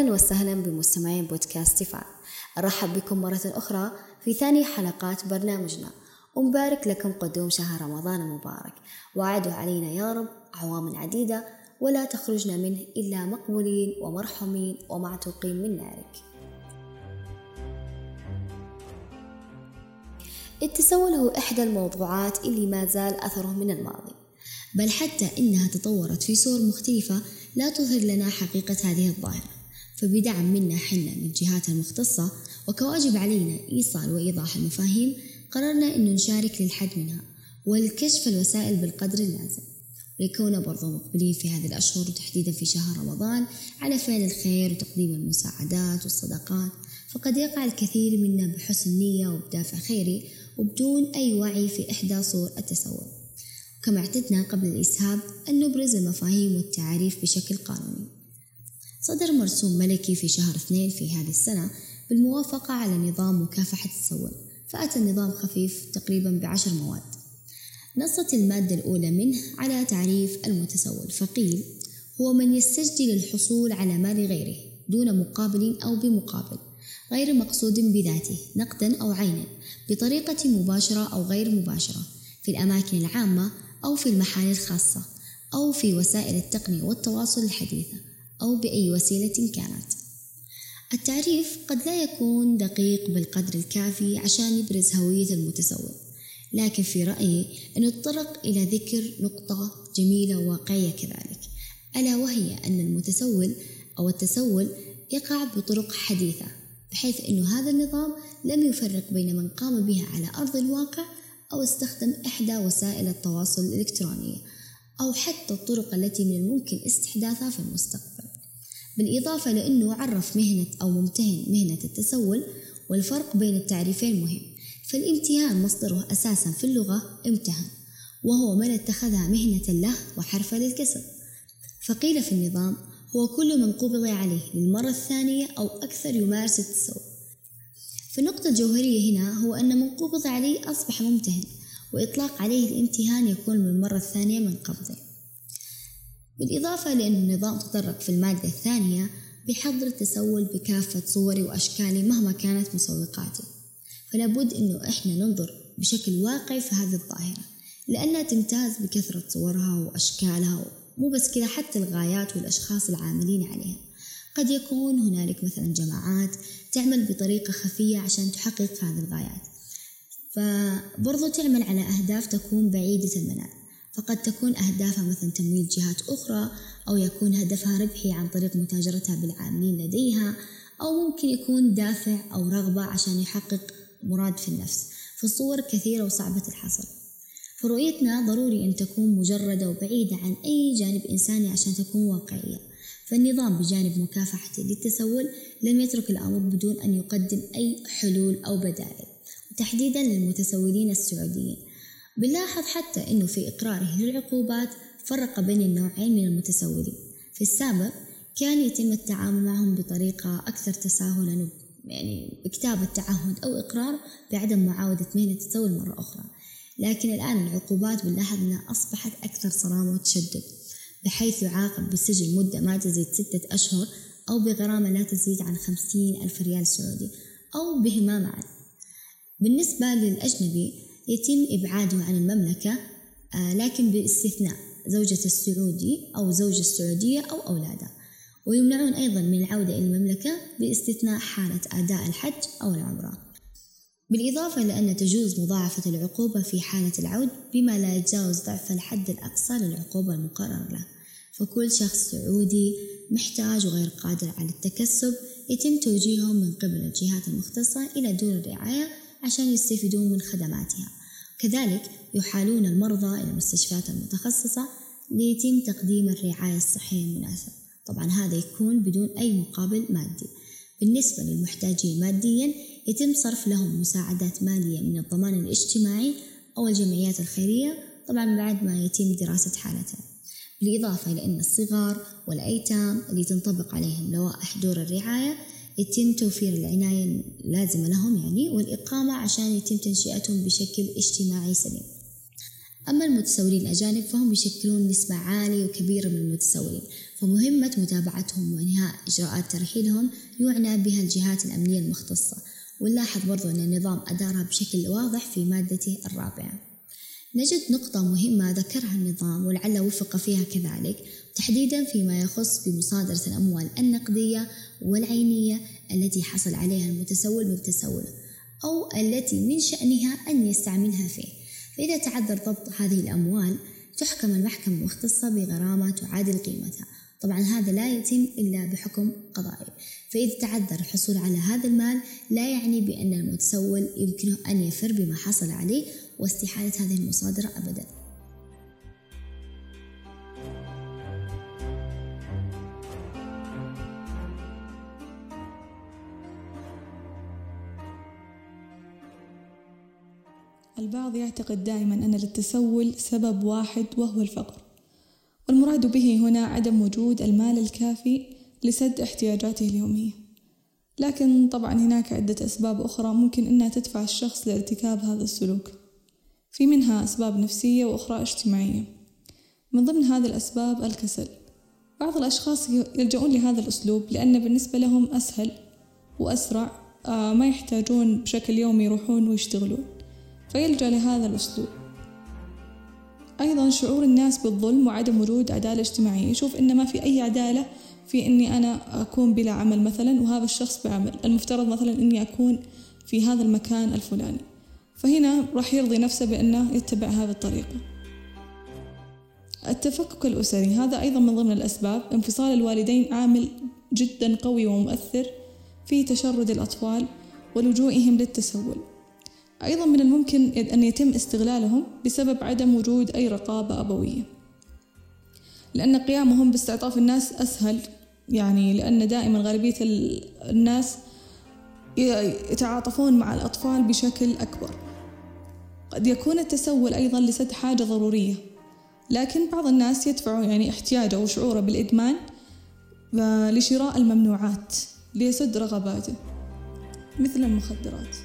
أهلا وسهلا بمستمعين بودكاست تفاعل. أرحب بكم مرة أخرى في ثاني حلقات برنامجنا، ومبارك لكم قدوم شهر رمضان المبارك، وعدوا علينا يا رب أعواما عديدة ولا تخرجنا منه إلا مقبولين ومرحومين ومعتوقين من نارك. التسول هو إحدى الموضوعات اللي ما زال أثره من الماضي، بل حتى إنها تطورت في صور مختلفة لا تظهر لنا حقيقة هذه الظاهرة. فبدعم منا حنا من الجهات المختصة وكواجب علينا إيصال وإيضاح المفاهيم، قررنا أن نشارك للحد منها والكشف الوسائل بالقدر اللازم، ويكون برضو مقبلين في هذه الأشهر وتحديدا في شهر رمضان على فعل الخير وتقديم المساعدات والصدقات. فقد يقع الكثير منا بحسن نية وبدافع خيري وبدون أي وعي في إحدى صور التسول. كما اعتدنا قبل الإسهاب أن نبرز المفاهيم والتعاريف بشكل قانوني. صدر مرسوم ملكي في شهر 2 في هذه السنة بالموافقة على نظام مكافحة التسول، فأتى النظام خفيف تقريبا ب10 مواد. نصت المادة الأولى منه على تعريف المتسول، فقيل هو من يستجدي للحصول على مال غيره دون مقابل أو بمقابل، غير مقصود بذاته نقدا أو عينا، بطريقة مباشرة أو غير مباشرة، في الأماكن العامة أو في المحال الخاصة أو في وسائل التقنية والتواصل الحديثة أو بأي وسيلة كانت. التعريف قد لا يكون دقيق بالقدر الكافي عشان يبرز هوية المتسول، لكن في رأيي أن نتطرق إلى ذكر نقطة جميلة وواقعية كذلك، ألا وهي أن المتسول أو التسول يقع بطرق حديثة، بحيث أن هذا النظام لم يفرق بين من قام بها على أرض الواقع أو استخدم إحدى وسائل التواصل الإلكترونية أو حتى الطرق التي من الممكن استحداثها في المستقبل. بالإضافة لأنه عرف مهنة أو ممتهن مهنة التسول، والفرق بين التعريفين مهم. فالامتهان مصدره أساسا في اللغة امتهن، وهو من اتخذها مهنة له وحرفا للكسب. فقيل في النظام هو كل من قبض عليه للمرة الثانية أو أكثر يمارس التسول. فالنقطة الجوهرية هنا هو أن من قبض عليه أصبح ممتهن، وإطلاق عليه الامتهان يكون من المرة الثانية من قبضه. بالإضافة لأن النظام تطرق في المادة الثانية بحظر التسول بكافة صوره وأشكاله مهما كانت مسوقاته، فلابد أنه إحنا ننظر بشكل واقعي في هذه الظاهرة، لأنها تمتاز بكثرة صورها وأشكالها، مو بس كذا، حتى الغايات والأشخاص العاملين عليها. قد يكون هنالك مثلا جماعات تعمل بطريقة خفية عشان تحقق هذه الغايات، فبرضو تعمل على أهداف تكون بعيدة المنال، فقد تكون أهدافها مثلا تمويل جهات أخرى، أو يكون هدفها ربحي عن طريق متاجرتها بالعاملين لديها، أو ممكن يكون دافع أو رغبة عشان يحقق مراد في النفس. فالصور كثيرة وصعبة الحصر، فرؤيتنا ضروري أن تكون مجردة وبعيدة عن أي جانب إنساني عشان تكون واقعية. فالنظام بجانب مكافحته للتسول لم يترك الأمر بدون أن يقدم أي حلول أو بدائل، وتحديدا للمتسولين السعوديين. بنلاحظ حتى أنه في إقراره للعقوبات فرق بين النوعين من المتسولين. في السابق كان يتم التعامل معهم بطريقة أكثر تساهلا، يعني بكتابة تعهد أو إقرار بعدم معاودة مهنة التسول مرة أخرى. لكن الآن العقوبات بنلاحظ أنها أصبحت أكثر صرامة وتشدد، بحيث يعاقب بالسجن مدة ما تزيد 6 أشهر، أو بغرامة لا تزيد عن 50,000 ريال سعودي، أو بهما معا. بالنسبة للأجنبي يتم إبعاده عن المملكة، لكن باستثناء زوجة السعودي أو زوج السعودية أو أولادها، ويمنعون أيضا من العودة إلى المملكة باستثناء حالة أداء الحج أو العمرة. بالإضافة لأن تجوز مضاعفة العقوبة في حالة العود بما لا يتجاوز ضعف الحد الأقصى للعقوبة المقرر له. فكل شخص سعودي محتاج وغير قادر على التكسب يتم توجيههم من قبل الجهات المختصة إلى دور الرعاية عشان يستفيدون من خدماتها. كذلك يحالون المرضى إلى المستشفيات المتخصصة ليتم تقديم الرعاية الصحية المناسبة. طبعا هذا يكون بدون أي مقابل مادي. بالنسبة للمحتاجين ماديا يتم صرف لهم مساعدات مالية من الضمان الاجتماعي أو الجمعيات الخيرية، طبعا بعد ما يتم دراسة حالتها. بالإضافة إلى أن الصغار والأيتام اللي تنطبق عليهم لوائح دور الرعاية يتم توفير العناية اللازمة لهم، والإقامة عشان يتم تنشئتهم بشكل اجتماعي سليم. أما المتسولين الأجانب فهم يشكلون نسبة عالية وكبيرة من المتسولين، فمهمة متابعتهم وإنهاء إجراءات ترحيلهم يعنى بها الجهات الأمنية المختصة. ونلاحظ برضو أن النظام أدارها بشكل واضح في مادته 4. نجد نقطة مهمة ذكرها النظام ولعل وفق فيها كذلك، تحديدا فيما يخص بمصادرة الأموال النقدية والعينية التي حصل عليها المتسول من تسوله أو التي من شأنها أن يستعملها فيه. فإذا تعذر ضبط هذه الأموال تحكم المحكمة المختصة بغرامة تعادل قيمتها. طبعا هذا لا يتم إلا بحكم قضائي، فإذا تعذر الحصول على هذا المال لا يعني بأن المتسول يمكنه أن يفر بما حصل عليه واستحالة هذه المصادرة أبدا. البعض يعتقد دائما أن للتسول سبب واحد وهو الفقر، والمراد به هنا عدم وجود المال الكافي لسد احتياجاته اليومية. لكن طبعا هناك عدة أسباب أخرى ممكن أنها تدفع الشخص لارتكاب هذا السلوك، في منها أسباب نفسية وأخرى اجتماعية. من ضمن هذه الأسباب الكسل. بعض الأشخاص يلجؤون لهذا الأسلوب لأن بالنسبة لهم أسهل وأسرع، ما يحتاجون بشكل يومي يروحون ويشتغلون، فيلجأ لهذا الأسلوب. أيضا شعور الناس بالظلم وعدم وجود عدالة اجتماعية، يشوف إن ما في أي عدالة في إني أنا أكون بلا عمل مثلا وهذا الشخص بعمل، المفترض مثلا إني أكون في هذا المكان الفلاني، فهنا راح يرضي نفسه بأنه يتبع هذه الطريقة. التفكك الأسري هذا أيضا من ضمن الأسباب. انفصال الوالدين عامل جدا قوي ومؤثر في تشرد الأطفال ولجوئهم للتسول. أيضا من الممكن أن يتم استغلالهم بسبب عدم وجود أي رقابة أبوية، لأن قيامهم باستعطاف الناس أسهل، يعني لأن دائما غالبية الناس يتعاطفون مع الأطفال بشكل أكبر. قد يكون التسول أيضا لسد حاجة ضرورية، لكن بعض الناس يدفعوا يعني احتياجه وشعوره بالإدمان لشراء الممنوعات ليسد رغباته مثل المخدرات.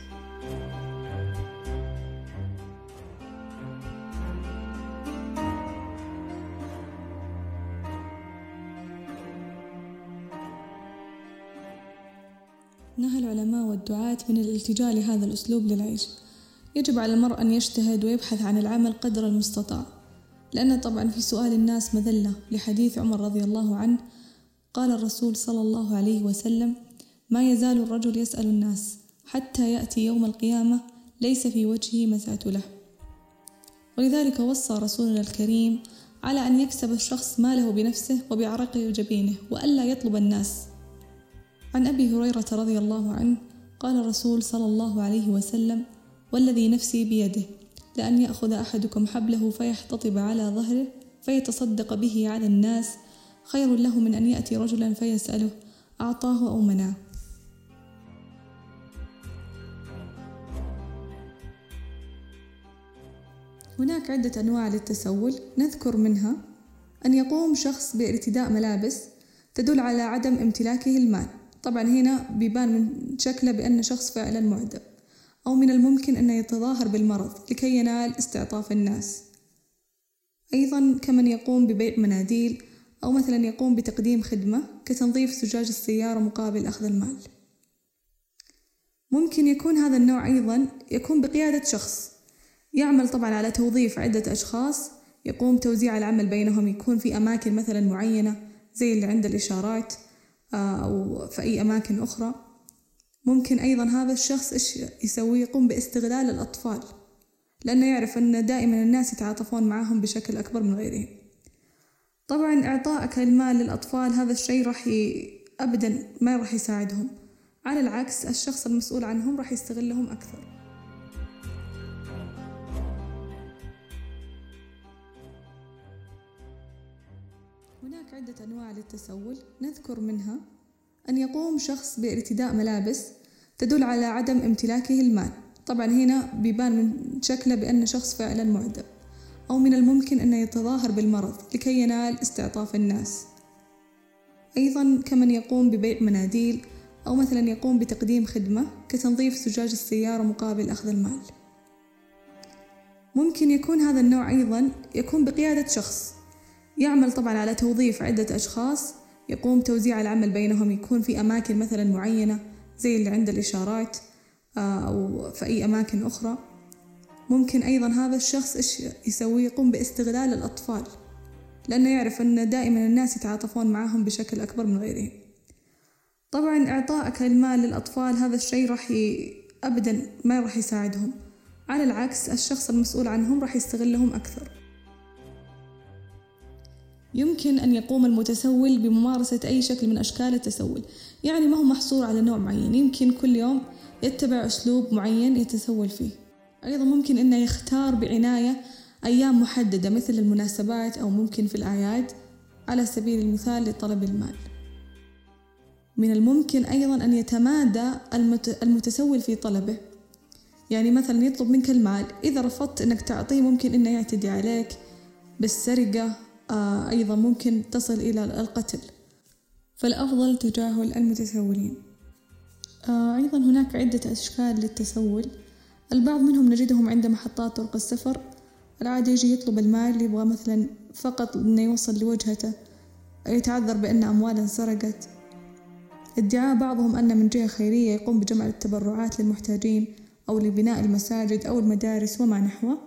نهى العلماء والدعاة من الالتجاء لهذا الأسلوب للعيش. يجب على المرء أن يجتهد ويبحث عن العمل قدر المستطاع، لأن طبعا في سؤال الناس مذلة، لحديث عمر رضي الله عنه قال الرسول صلى الله عليه وسلم: ما يزال الرجل يسأل الناس حتى يأتي يوم القيامة ليس في وجهه مزعة له. ولذلك وصى رسولنا الكريم على أن يكسب الشخص ماله بنفسه وبعرق جبينه وألا يطلب الناس. عن أبي هريرة رضي الله عنه قال الرسول صلى الله عليه وسلم: والذي نفسي بيده لأن يأخذ أحدكم حبله فيحتطب على ظهره فيتصدق به على الناس خير له من أن يأتي رجلا فيسأله أعطاه أو منعه. هناك عدة أنواع للتسول، نذكر منها أن يقوم شخص بارتداء ملابس تدل على عدم امتلاكه المال. طبعا هنا بيبان من شكله بأن شخص فعلا معدب، أو من الممكن أن يتظاهر بالمرض لكي ينال استعطاف الناس. أيضا كمن يقوم ببيع مناديل، أو مثلا يقوم بتقديم خدمة كتنظيف زجاج السيارة مقابل أخذ المال. ممكن يكون هذا النوع أيضا يكون بقيادة شخص يعمل طبعا على توظيف عدة أشخاص، يقوم توزيع العمل بينهم، يكون في أماكن مثلا معينة زي اللي عند الإشارات أو في أي أماكن أخرى. ممكن أيضا هذا الشخص إيش يسوي؟ يقوم باستغلال الأطفال، لأنه يعرف أن دائما الناس يتعاطفون معهم بشكل أكبر من غيرهم. طبعا إعطائك المال للأطفال هذا الشيء أبدا ما راح يساعدهم، على العكس الشخص المسؤول عنهم راح يستغلهم أكثر. هناك عدة أنواع للتسول، نذكر منها أن يقوم شخص بارتداء ملابس تدل على عدم امتلاكه المال. طبعا هنا بيبان من شكله بأن شخص فعلا معدب، أو من الممكن أن يتظاهر بالمرض لكي ينال استعطاف الناس. أيضا كمن يقوم ببيع مناديل، أو مثلا يقوم بتقديم خدمة كتنظيف زجاج السيارة مقابل أخذ المال. ممكن يكون هذا النوع أيضا يكون بقيادة شخص، يعمل طبعا على توظيف عدة أشخاص، يقوم توزيع العمل بينهم، يكون في أماكن مثلا معينة زي اللي عند الإشارات أو في أي أماكن أخرى. ممكن أيضا هذا الشخص إيش يسوي؟ يقوم باستغلال الأطفال، لأنه يعرف أن دائما الناس يتعاطفون معهم بشكل أكبر من غيرهم. طبعا إعطائك المال للأطفال هذا الشيء أبدا ما راح يساعدهم، على العكس الشخص المسؤول عنهم راح يستغلهم أكثر. يمكن أن يقوم المتسول بممارسة أي شكل من أشكال التسول، يعني ما هو محصور على نوع معين، يمكن كل يوم يتبع أسلوب معين يتسول فيه. أيضا ممكن أنه يختار بعناية أيام محددة مثل المناسبات أو ممكن في الأعياد على سبيل المثال لطلب المال. من الممكن أيضا أن يتمادى المتسول في طلبه، يعني مثلا يطلب منك المال، إذا رفضت أنك تعطيه ممكن أنه يعتدي عليك بالسرقة، أيضا ممكن تصل إلى القتل، فالأفضل تجاهل المتسولين. أيضا هناك عدة أشكال للتسول، البعض منهم نجدهم عند محطات طرق السفر، العادي يجي يطلب المال، يبغى مثلا فقط أنه يوصل لوجهته، يتعذر بأن أمواله انسرقت. ادعاء بعضهم أن من جهة خيرية يقوم بجمع التبرعات للمحتاجين أو لبناء المساجد أو المدارس وما نحوه.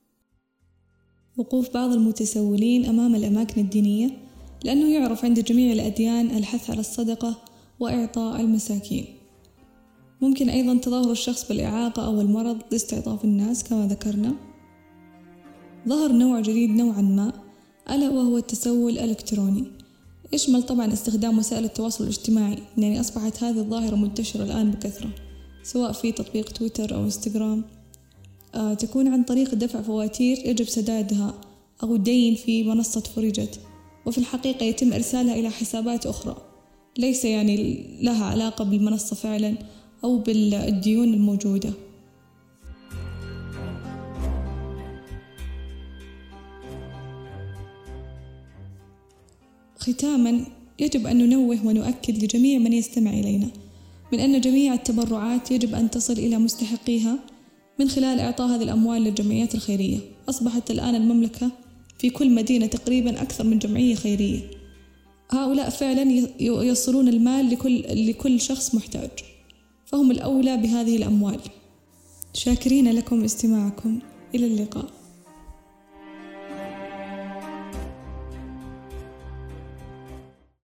وقوف بعض المتسولين أمام الأماكن الدينية، لأنه يعرف عند جميع الأديان الحث على الصدقة وإعطاء المساكين. ممكن أيضا تظاهر الشخص بالإعاقة أو المرض لاستعطاف الناس كما ذكرنا. ظهر نوع جديد نوعا ما ألا وهو التسول الإلكتروني، يشمل طبعا استخدام وسائل التواصل الاجتماعي، يعني أصبحت هذه الظاهرة منتشرة الآن بكثرة سواء في تطبيق تويتر أو انستغرام. تكون عن طريق دفع فواتير يجب سدادها أو دين في منصة فريجت، وفي الحقيقة يتم إرسالها إلى حسابات أخرى ليس يعني لها علاقة بالمنصة فعلا أو بالديون الموجودة. ختاما، يجب أن ننوه ونؤكد لجميع من يستمع إلينا من أن جميع التبرعات يجب أن تصل إلى مستحقيها من خلال إعطاء هذه الأموال للجمعيات الخيرية. أصبحت الآن المملكة في كل مدينة تقريبا أكثر من جمعية خيرية، هؤلاء فعلا يوصلون المال لكل شخص محتاج، فهم الأولى بهذه الأموال. شاكرين لكم استماعكم، إلى اللقاء.